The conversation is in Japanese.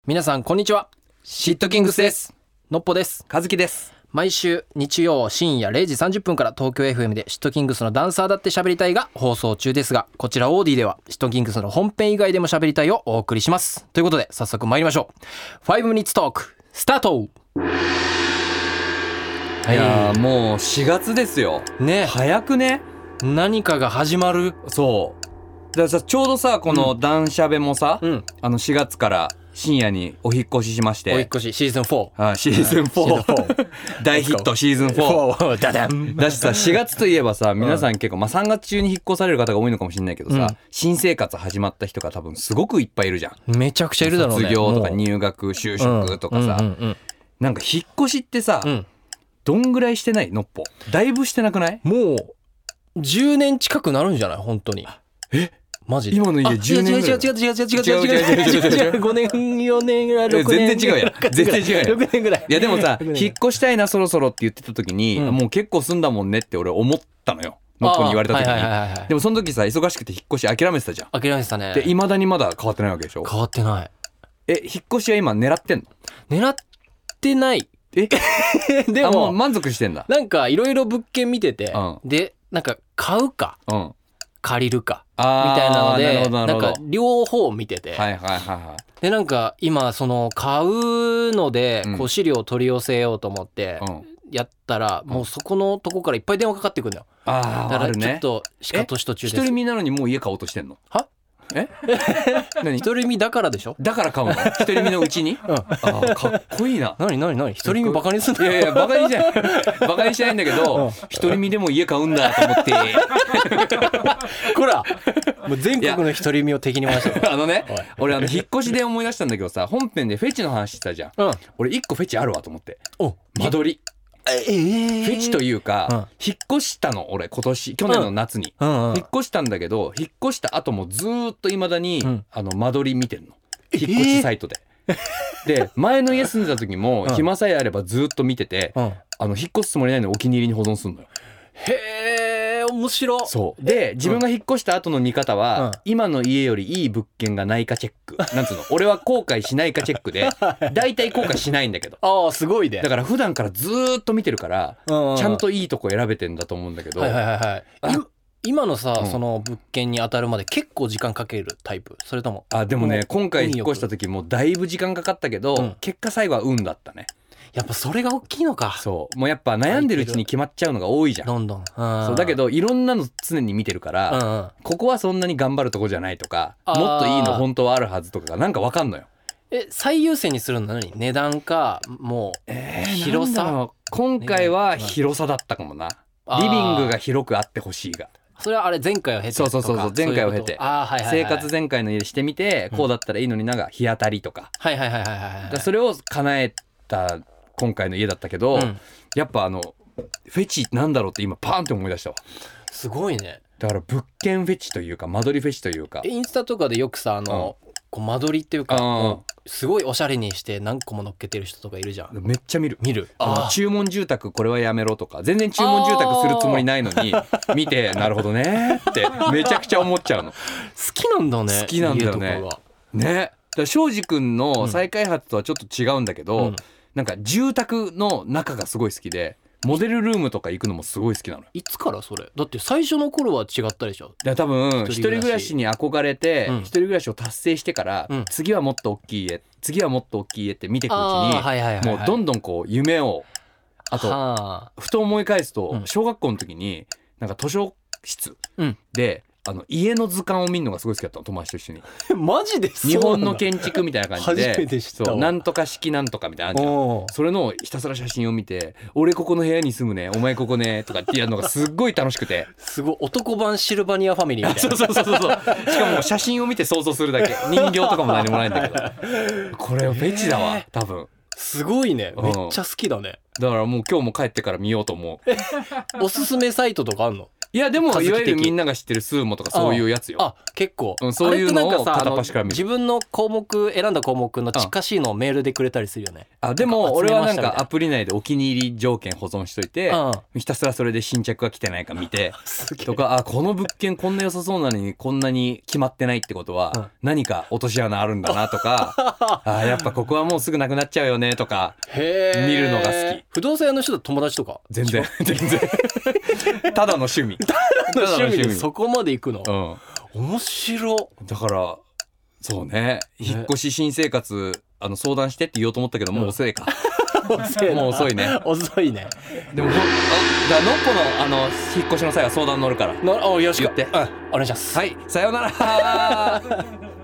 皆さんこんにちは。シットキングスです。のっぽです。 和樹です。 毎週日曜深夜0時30分から東京 FM でシットキングスのダンサーだって喋りたいが放送中ですが、こちらオーディではシットキングスの本編以外でも喋りたいをお送りします。ということで早速参りましょう。5 minutes talk スタート。 いやもう4月ですよね。 早くね。 何かが始まる。 そうだからさ、ちょうどさこのダンシャベもさ、4月から深夜にお引っ越ししまして、 お引っ越しシーズン4。 シーズン4大ヒットシーズン4 ダダンだしさ、4月といえばさ皆さん結構、3月中に引っ越される方が多いのかもしれないけどさ、新生活始まった人が多分すごくいっぱいいるじゃん。 めちゃくちゃいるだろうね。 卒業とか入学就職とかさ、なんか引っ越しってさ、どんぐらいしてないのっぽ。だいぶしてなくない？ もう10年近くなるんじゃない本当に。マジで今の家10年ぐらい。 違う5年4年ぐらい6年全然違うや全然違うや 6年ぐらい。 いやでもさ、引っ越したいなそろそろって言ってた時に、もう結構住んだもんねって俺思ったのよ、のっぽに言われた時に。でもその時さ忙しくて引っ越し諦めてたじゃん。 諦めてたね。 で未だにまだ変わってないわけでしょ。 変わってない。 引っ越しは今狙ってんの？ 狙ってない。でももう満足してんだ。 なんかいろいろ物件見てて、でなんか買うか、借りるかみたいなので、なんか両方見てて、でなんか今その買うのでこう資料を取り寄せようと思ってやったら、もうそこのとこからいっぱい電話かかってくるんだよ。だからちょっとシカトシと中です。 一人身なのにもう家買おうとしてんの？は？ 何？一人身だからでしょ？ だから買うの？一人身のうちに？かっこいいな。 何一人身バカにすんだよ。 いやバカにじゃないバカにしてないんだけど、一人身でも家買うんだと思ってこらもう全国の一人身を敵に回した俺引っ越しで思い出したんだけどさ、本編でフェチの話してたじゃん。俺一個フェチあるわと思って。間取り。フェチというか、引っ越したの俺去年の夏に、引っ越したんだけど、引っ越した後もずーっと未だに、間取り見てんの、引っ越しサイトで。で前の家住んでた時も、暇さえあればずーっと見てて、引っ越すつもりないのにお気に入りに保存すんのよ。 へー面白。 そうで自分が引っ越した後の見方は、今の家よりいい物件がないかチェックなんつうの俺は後悔しないかチェックで大体後悔しないんだけどすごいね。 だから普段からずーっと見てるから、ちゃんといいとこ選べてんだと思うんだけど、 今のさ、その物件に当たるまで結構時間かけるタイプ？それともでもね、今回引っ越した時もだいぶ時間かかったけど、結果最後は運だったね。 やっぱそれが大きいのか。 そうもうやっぱ悩んでるうちに決まっちゃうのが多いじゃん。 どんどん。 そうだけどいろんなの常に見てるから、ここはそんなに頑張るとこじゃないとか、もっといいの本当はあるはずとかがなんか分かんのよ。 最優先にするのは何？値段かもう広さ？ 今回は広さだったかもな。リビングが広くあってほしいが。それはあれ前回を経て。 そう前回を経て生活前回の家でしてみて、こうだったらいいのになんか日当たりとか、それを叶えた今回の家だったけど、やっぱフェチなんだろうって今パーンって思い出したわ。 すごいね。 だから物件フェチというか間取りフェチというか、 インスタとかでよくさこう間取りっていうか、すごいおしゃれにして何個も乗っけてる人とかいるじゃん。 めっちゃ見る。注文住宅これはやめろとか、全然注文住宅するつもりないのに見てなるほどねってめちゃくちゃ思っちゃうの。好きなんだね。 好きなんだよね。ね。だから庄司くんの再開発とはちょっと違うんだけど、なんか住宅の中がすごい好きで、モデルルームとか行くのもすごい好きなの。いつからそれ？だって最初の頃は違ったでしょ。 多分一人暮らしに憧れて、一人暮らしを達成してから、次はもっと大きい家、次はもっと大きい家って見ていくうちに、もうどんどんこう夢を、あとふと思い返すと、小学校の時になんか図書室で家の図鑑を見るのがすごい好きだったの、友達と一緒に。 マジで？ 日本の建築みたいな感じで、 初めて知ったわ。 なんとか式なんとかみたいなのあるじゃん。それのひたすら写真を見て、俺ここの部屋に住むね、お前ここねとかってやるのがすっごい楽しくてすごい男版シルバニアファミリーみたいな。 しかも写真を見て想像するだけ、人形とかも何もないんだけどこれフェチだわ多分。 すごいね。めっちゃ好きだね。 だからもう今日も帰ってから見ようと思う。 おすすめサイトとかあんの？ いやでもいわゆるみんなが知ってるスーモとかそういうやつよ。 結構、 そういうのを片っ端から見る。 自分の項目選んだ項目の近しいのをメールでくれたりするよね。 でも俺はなんかアプリ内でお気に入り条件保存しといて、ひたすらそれで新着が来てないか見てとか、この物件こんな良さそうなのにこんなに決まってないってことは何か落とし穴あるんだなとかやっぱここはもうすぐなくなっちゃうよねとか見るのが好き。 不動産屋の人と友達とか全然ただの趣味でそこまで行くの、面白。 だからそうね、引っ越し新生活相談してって言おうと思ったけどもう遅いかもう遅いね遅いね。 でものっぽの引っ越しの際は相談乗るからよろしく言って、 お願いします。 はい、さようなら